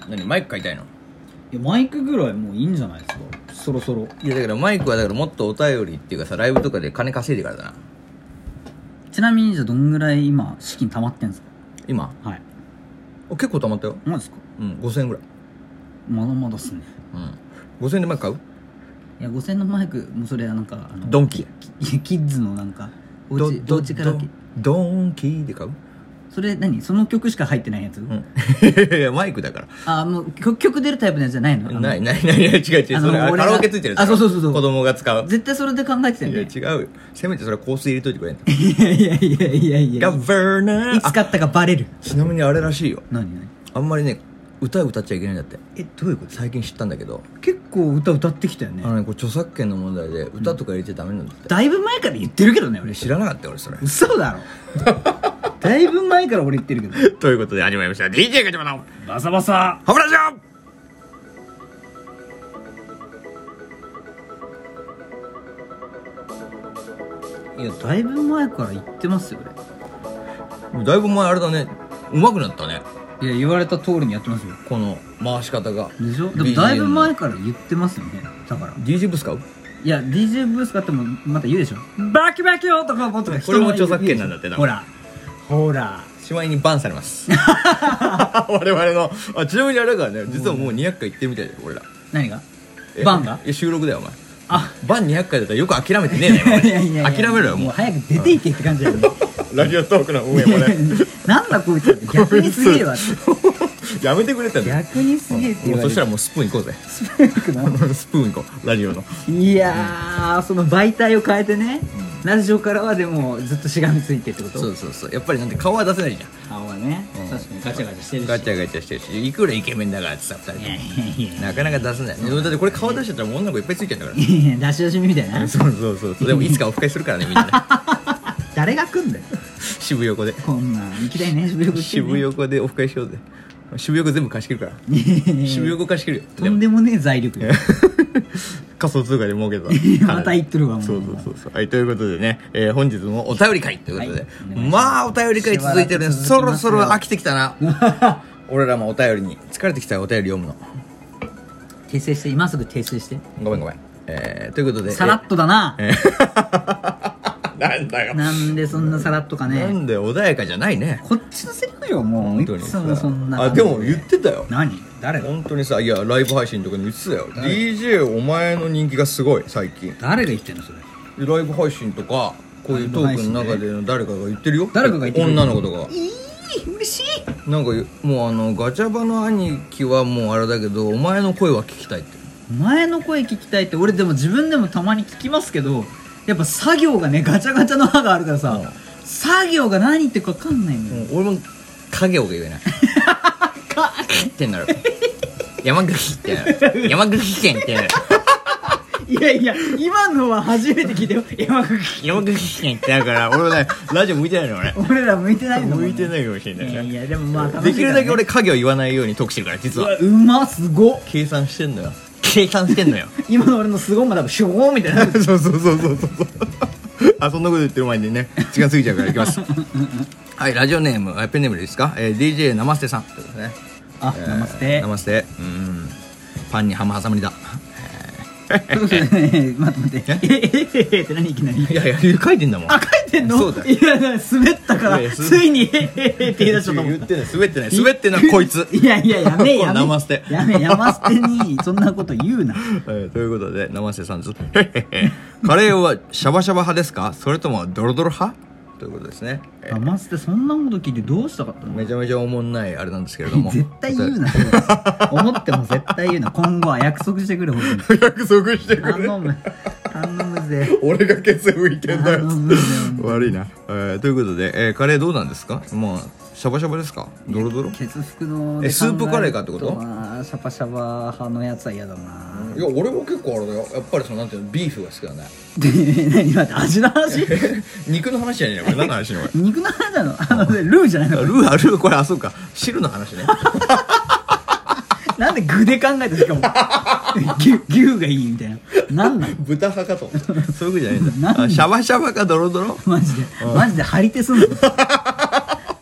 何マイク買いたいの？ いやマイクぐらいもういいんじゃないですか、そろそろ。 いやだからマイクはだからもっとお便りっていうかさ、ライブとかで金稼いでからだな。 ちなみにじゃあどんぐらい今資金溜まってんすか？ 今はい。 結構貯まったよ。 マジですか？ うん、5000円ぐらい。 まだまだっすね。 うん、5000円でマイク買う？ いや5000のマイクもうそれはなんかドンキキッズのなんかおうちカラオケドンキーで買う？ それ何その曲しか入ってないやつ？ いやマイクだから。 あもう曲出るタイプのやつじゃないの？ ない違うそれカラオケついてるやつ。 あそう子供が使う。 絶対それで考えてたよね。 いや違うよ、せめてそれは香水入れといてくれんの。 いやガバーナー。 いつ買ったかバレる。 ちなみにあれらしいよ、 何あんまりね歌っちゃいけないんだって。 どういうこと？ 最近知ったんだけど、 結構歌ってきたよね。 これ著作権の問題で歌とか入れちゃダメなんだって。 だいぶ前から言ってるけどね俺。 知らなかったよ俺それ。 嘘だろだいぶ前から俺言ってるけど。 ということで始まりました DJ ガチャバのバサバサハブラジオ。 いやだいぶ前から言ってますよだいぶ前あれだね、上手くなったね、 俺。いや言われた通りにやってますよ。 この回し方が。 でしょ？でもだいぶ前から言ってますよね。だから DJ ブス買う？ いや DJ ブース買ってもまた言うでしょ。バキバキよとかもっとかこれも著作権なんだってな。 ほらしまいにバンされます我々の。ちなみにあれだからね、実はもう200回行ってるみたいだよ俺ら。 何が？バンが？ いや収録だよお前。 あバン200回だったらよく諦めてねえな今いや諦めろよもう。 早く出ていけって感じだよねラジオトークの運営もねなんだこいつって逆にすげえわってやめてくれたんだよ。 逆にすげえって言われる。 もうそしたらもうスプーン行こうぜ。 スプーン行くのスプーン行こうラジオの。 いやー、その媒体を変えてね、ラジオからはでもずっとしがみついてってこと？ そうやっぱりなんて顔は出せないじゃん。 顔はね、確かにガチャガチャしてるし。 ガチャガチャしてるし、いくらイケメンだからってさ2人いやといやいやもなかなか出せない。だってこれ顔出しちゃったらもう女の子いっぱいついちゃうんだからいや出し惜しみみたいなそうでもいつかオフ会するからねみんなね誰が来んだよ渋横でこんなん行きたいね渋横来てね渋横でオフ会しようぜ。渋横全部貸し切るから渋横貸し切るよ。 とんでもねえ財力よ仮想通貨で儲けたまた言ってるわもう。 そうはいということでね、本日もお便り会ということで、まあお便り会続いてるね。そろそろ飽きてきたな俺らもお便りに疲れてきたよ。お便り読むの訂正して、今すぐ訂正して。 ごめんということでさらっとだななんだよなんでそんなさらっとかね。 なんで穏やかじゃないね。 こっちのセリフよもう。 本当にいつもそんな。 でも言ってたよ。 何？誰が？ 本当にさ、いやライブ配信とかに言ってたよ。DJ お前の人気がすごい最近。 誰が言ってんのそれ？ ライブ配信とかこういうトークの中での誰かが言ってるよ。 誰かが言ってる。 女の子とか。 嬉しい。 なんかもうガチャバの兄貴はもうあれだけど、お前の声は聞きたいって。 お前の声聞きたいって。俺でも自分でもたまに聞きますけど、やっぱ作業がね、ガチャガチャの歯があるからさ、作業が何言ってるか分かんないのよ。 俺も家業が言えないってなる山口ってなる山口県ってなるいやいや、今のは初めて聞いたよ。山口県ってなるから、俺はねラジオ向いてないの俺ら向いてないの。 向いてないかもしれない。 いやいや、でもまあできるだけ俺家業言わないように得してるから実は。 うま、すごっ。 計算してんのよ今の俺のすごいも多分シュゴーみたいなそうそんなこと言ってる前にね時間過ぎちゃうからいきますはい、ラジオネームペンネームですか、DJ ナマステさんということですね。 ナマステナマステ。パンにハム挟まりだ待ってって何いきなり。 いや書いてんだもん。 あ、書いてんの？ そうだよ。 いや滑ったからついにって言い出しちゃったもん。 言ってない滑ってないこいつ。 いややめナマステやめナマステにそんなこと言うなということでナマステさんですカレーはシャバシャバ派ですか、それともドロドロ派ということですね。 ナマステそんなこと聞いてどうしたかったの？ めちゃめちゃおもんないあれなんですけれども絶対言うな思っても絶対言うな。今後は約束してくれ。 約束してくれ。 頼むぜ。 俺がケツ拭いてんだよ。 頼むぜ悪いな。ということで、カレーどうなんですか？まあシャバシャバですか？ドロドロ？ ケツ拭くのスープカレーかってこと？ シャバシャバ派のやつは嫌だな。 いや俺も結構あれだよ。やっぱりそのなんていうのビーフが好きだね。 何待って味の話？ 肉の話じゃねえよこれ。何の話ねこれ。 肉の話なの？ルーじゃないの？ ルーこれそうか汁の話ね。 なんで具で考えてしかも牛がいいみたいな。なんなの？ 豚派かと。そういうことじゃないんだ。シャバシャバかドロドロ？ マジで張り手すんの？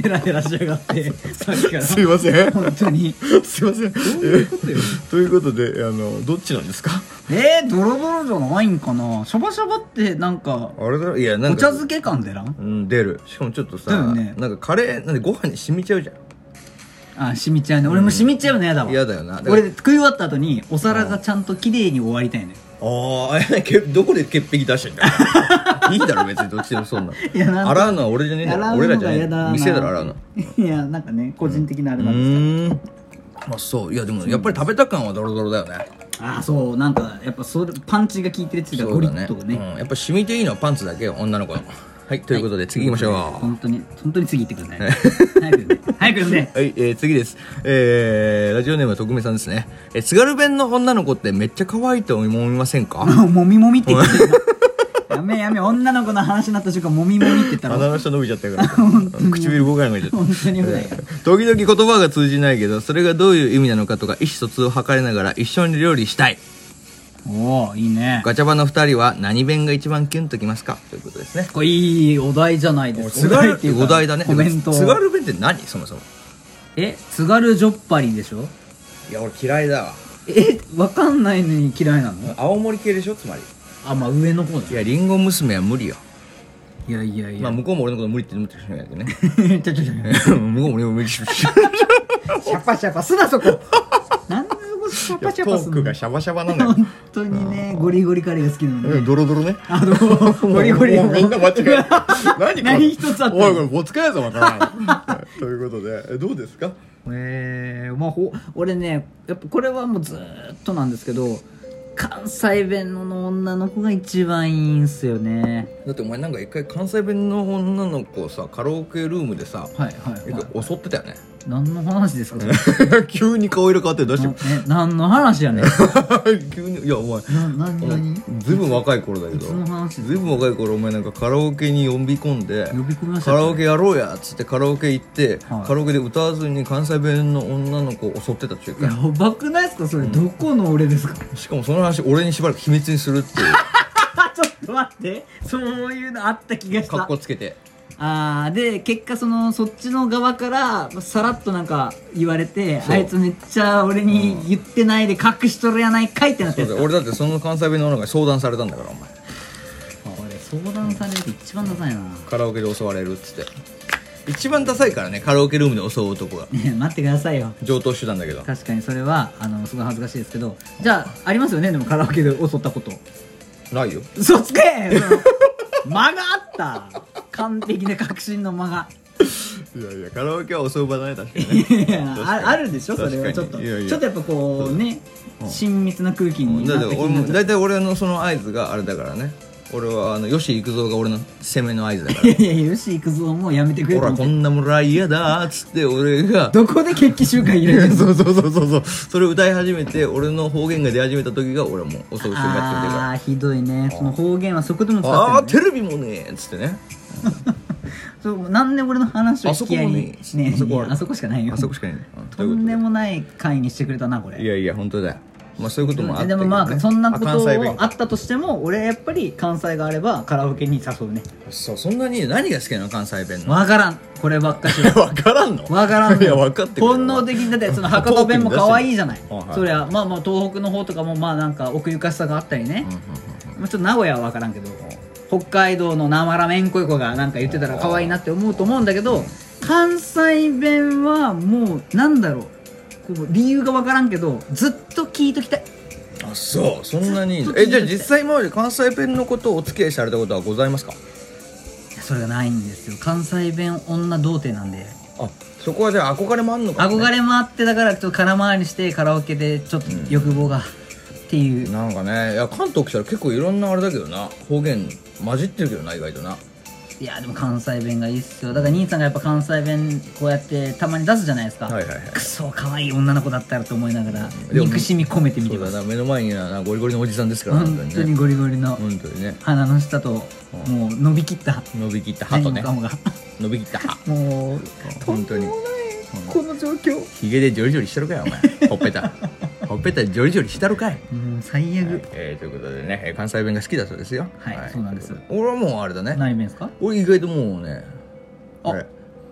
デラデラしやがってさっきからすいません本当にすいませんどういうことよということでどっちなんですか？ ドロドロじゃないんかな。シャバシャバってなんかあれだ、いやなんかお茶漬け感出らん？ うん出る。しかもちょっとさ、 だよねなんかカレーなんでご飯に染みちゃうじゃん。 あ、染みちゃうね。俺も染みちゃうの嫌だわ。 嫌だよな。だから俺食い終わった後にお皿がちゃんと綺麗に終わりたいね。 ああ、どこで潔癖出してんだよいいだろ別にどっちでもそんな。 いやなんか洗うのは俺じゃねえんだよ。俺らじゃねえ。店だろ洗うの。 いやなんかね個人的なあれなんですまあそういやでもやっぱり食べた感はドロドロだよね。 あ、そうなんかやっぱそれパンチが効いてるっていうかゴリッとね。 やっぱ染みていいのはパンツだけよ女の子の。はいということで次行きましょう。 本当に次行ってくるね。早くね早くね。 はい、次です。ラジオネームは徳明さんですね。津軽弁の女の子ってめっちゃ可愛いと思いませんか？ もみもみって言ってるな。やめ女の子の話になった瞬間もみもみって言ったら鼻の下伸びちゃったから唇5回もいちゃった本当に危ないから。 時々言葉が通じないけどそれがどういう意味なのかとか意思疎通を図りながら一緒に料理したい。 おおいいね。 ガチャバの2人は何弁が一番キュンときますかということですね。 これいいお題じゃないですか。 津軽ってお題だね。 コメント。 津軽弁って何そもそも。 津軽じょっぱりでしょ。 いや俺嫌いだわ。 わかんないのに嫌いなの？ 青森系でしょつまり。 あ、まあ上の方だ。 いやリンゴ娘は無理よ。 いやまあ向こうも俺のこと無理って思ってる人ないけどねちょ向こうも俺も無理しシャパシャパすなそこなんでそこシャパシャパすんの？ トークがシャバシャバなんだよ本当にねゴリゴリカレーが好きなのね。 ドロドロね。 ゴリゴリもうみんな間違えた何一つあったおいこれボツかやぞまたということでどうですか？ まあ俺ねやっぱこれはもうずーっとなんですけど関西弁の女の子が一番いいんすよね。 だってお前なんか一回関西弁の女の子をさカラオケルームでさ一回襲ってたよね。 何の話ですか急に顔色変わって出して何の話やねん急にいやお前何ずいぶん若い頃だけどその話ずいぶん若い頃お前なんかカラオケに呼び込んで呼び込みましたカラオケやろうやっつってカラオケ行って、 はい、 カラオケで歌わずに関西弁の女の子を襲ってたっていうかやばくないですかそれ、どこの俺ですかしかもその話俺にしばらく秘密にするっていうちょっと待ってそういうのあった気がした。 かっこつけてで結果そっちの側からさらっとなんか言われてあいつめっちゃ俺に言ってないで隠しとるやないかいってなって俺だってその関西弁の女が相談されたんだからお前俺相談されると一番ダサいな。 カラオケで襲われるっつって一番ダサいからねカラオケルームで襲う男が待ってくださいよ。 上等手段だけど確かにそれはすごい恥ずかしいですけどじゃあありますよねでもカラオケで襲ったことないよ。 嘘つけ間があった完璧な確信の間がいやいやカラオケは襲う場だね確かにねいやあるでしょそれはちょっといやいやちょっとやっぱこうね親密な空気になった気になっちゃう。 大体俺のその合図があれだからね俺は吉幾三が俺の攻めの合図だからいやいや吉幾三もやめてくれほらこんな村嫌だっつって俺がどこで決起集会入れてるそうそれを歌い始めて俺の方言が出始めた時が俺はもう襲う瞬間って言ってるからああひどいねその方言はそこでも使ってる、ね、 ああテレビもねっつってねそうなんで俺の話を引き合いにあそこもねあそこしかないよあそこしかないねとんでもない回にしてくれたなこれ。 いやいや本当だよまあそういうこともあってでもまあそんなこと関西弁あったとしても俺やっぱり関西があればカラオケに誘うね。 そうそんなに何が好きなの関西弁のわからんこればっかしは分からんのわからんいや分かってくれ本能的にだってその博多弁も可愛いじゃないはいはいそりゃまあ東北の方とかもまあなんか奥ゆかしさがあったりね、まあちょっと名古屋は分からんけど北海道のなまらめんこいこがなんか言ってたら可愛いなって思うと思うんだけど関西弁はもうなんだろうこう理由が分からんけどずっと聞いときたい。 あそうそんなにじゃあ実際今まで関西弁のことをお付き合いされたことはございますか？ いやそれがないんですよ関西弁女童貞なんで。 あそこはじゃあ憧れもあんのかも、ね、 憧れもあってだからちょっと空回りしてカラオケでちょっと欲望が、っていうなんかねいや関東来たら結構いろんなあれだけどな方言混じってるけどな意外とな。 いやでも関西弁がいいっすよ。だから兄さんがやっぱ関西弁こうやってたまに出すじゃないですか、クソ可愛い女の子だったらと思いながら憎しみ込めてみてます。 そうだな目の前にはゴリゴリのおじさんですから本当にゴリゴリの本当にね鼻の下ともう伸びきった伸びきった歯とね何もかもが伸びきった歯もう本当にこの状況ヒゲでジョリジョリしてるかよお前ほっぺたジョリジョリしたるかい。 もう最悪、 ということでね関西弁が好きだそうですよ。 はい、そうなんです。 俺はもうあれだね何弁ですか？ 俺意外ともうねあ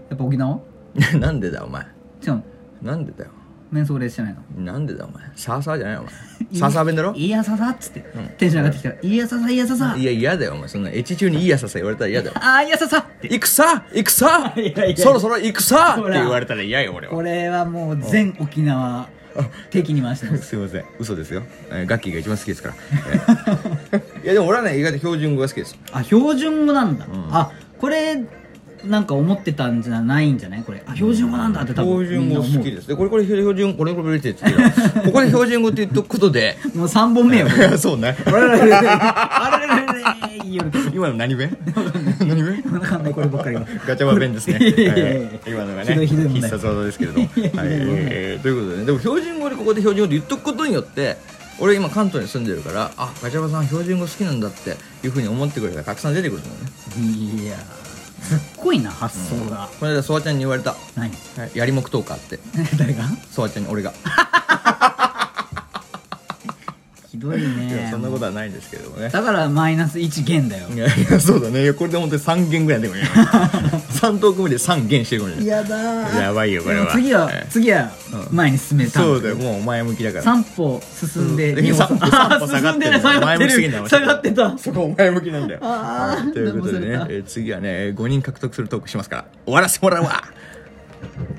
やっぱ沖縄なんでだよお前。 違うの？ なんでだよ。 メンソーレースじゃないの？ なんでだよお前。サーサーじゃないよお前。サーサー弁だろ。 いやささっつって、テンション上がってきたらいやささいやささ。 いや嫌だよお前。そんなエチ中にいいやささ言われたら嫌だよ。 あーいやささって戦そろそろ戦って言われたら嫌よ俺は。 これはもう全沖縄敵に回してます。 すいません、嘘ですよ。ガッキーが一番好きですから。いやでも俺はね意外と標準語が好きです。 あ、標準語なんだ。あ、これなんか思ってたんじゃないんじゃないこれ。あ、標準語なんだって多分標準語好きです。でこれ標準これって言ってここで標準語って言っとくことでもう3本目よ。 そうね。 あれれれれ今の何弁？何弁？ わかんないこればっかりは。 ガチャバ弁ですね。今のがねひどい必殺技ですけれども。ということでね、でも標準語でここで標準語で言っとくことによって。俺今関東に住んでるからガチャバさん標準語好きなんだっていうふうに思ってくれたらたくさん出てくると思うね。 いやすっごいな発想が。 この間ソワちゃんに言われた。 何？ やりもくトーカーって。 誰が？ ソワちゃんに俺が。 ひどいね。 そんなことはないんですけどもね。 だからマイナス1減だよ。 いやそうだね。これで本当に3減ぐらいでもいい。3トーク目で3減してるかもしれない。 やだー。 やばいよこれは。 次は前に進めた。 そうだよ、もう前向きだから。 3歩進んで2歩下がってる。前向きすぎんだよ。 下がってた。 そこ前向きなんだよ。ということでね、次はね5人獲得するトークしますから終わらせてもらうわ。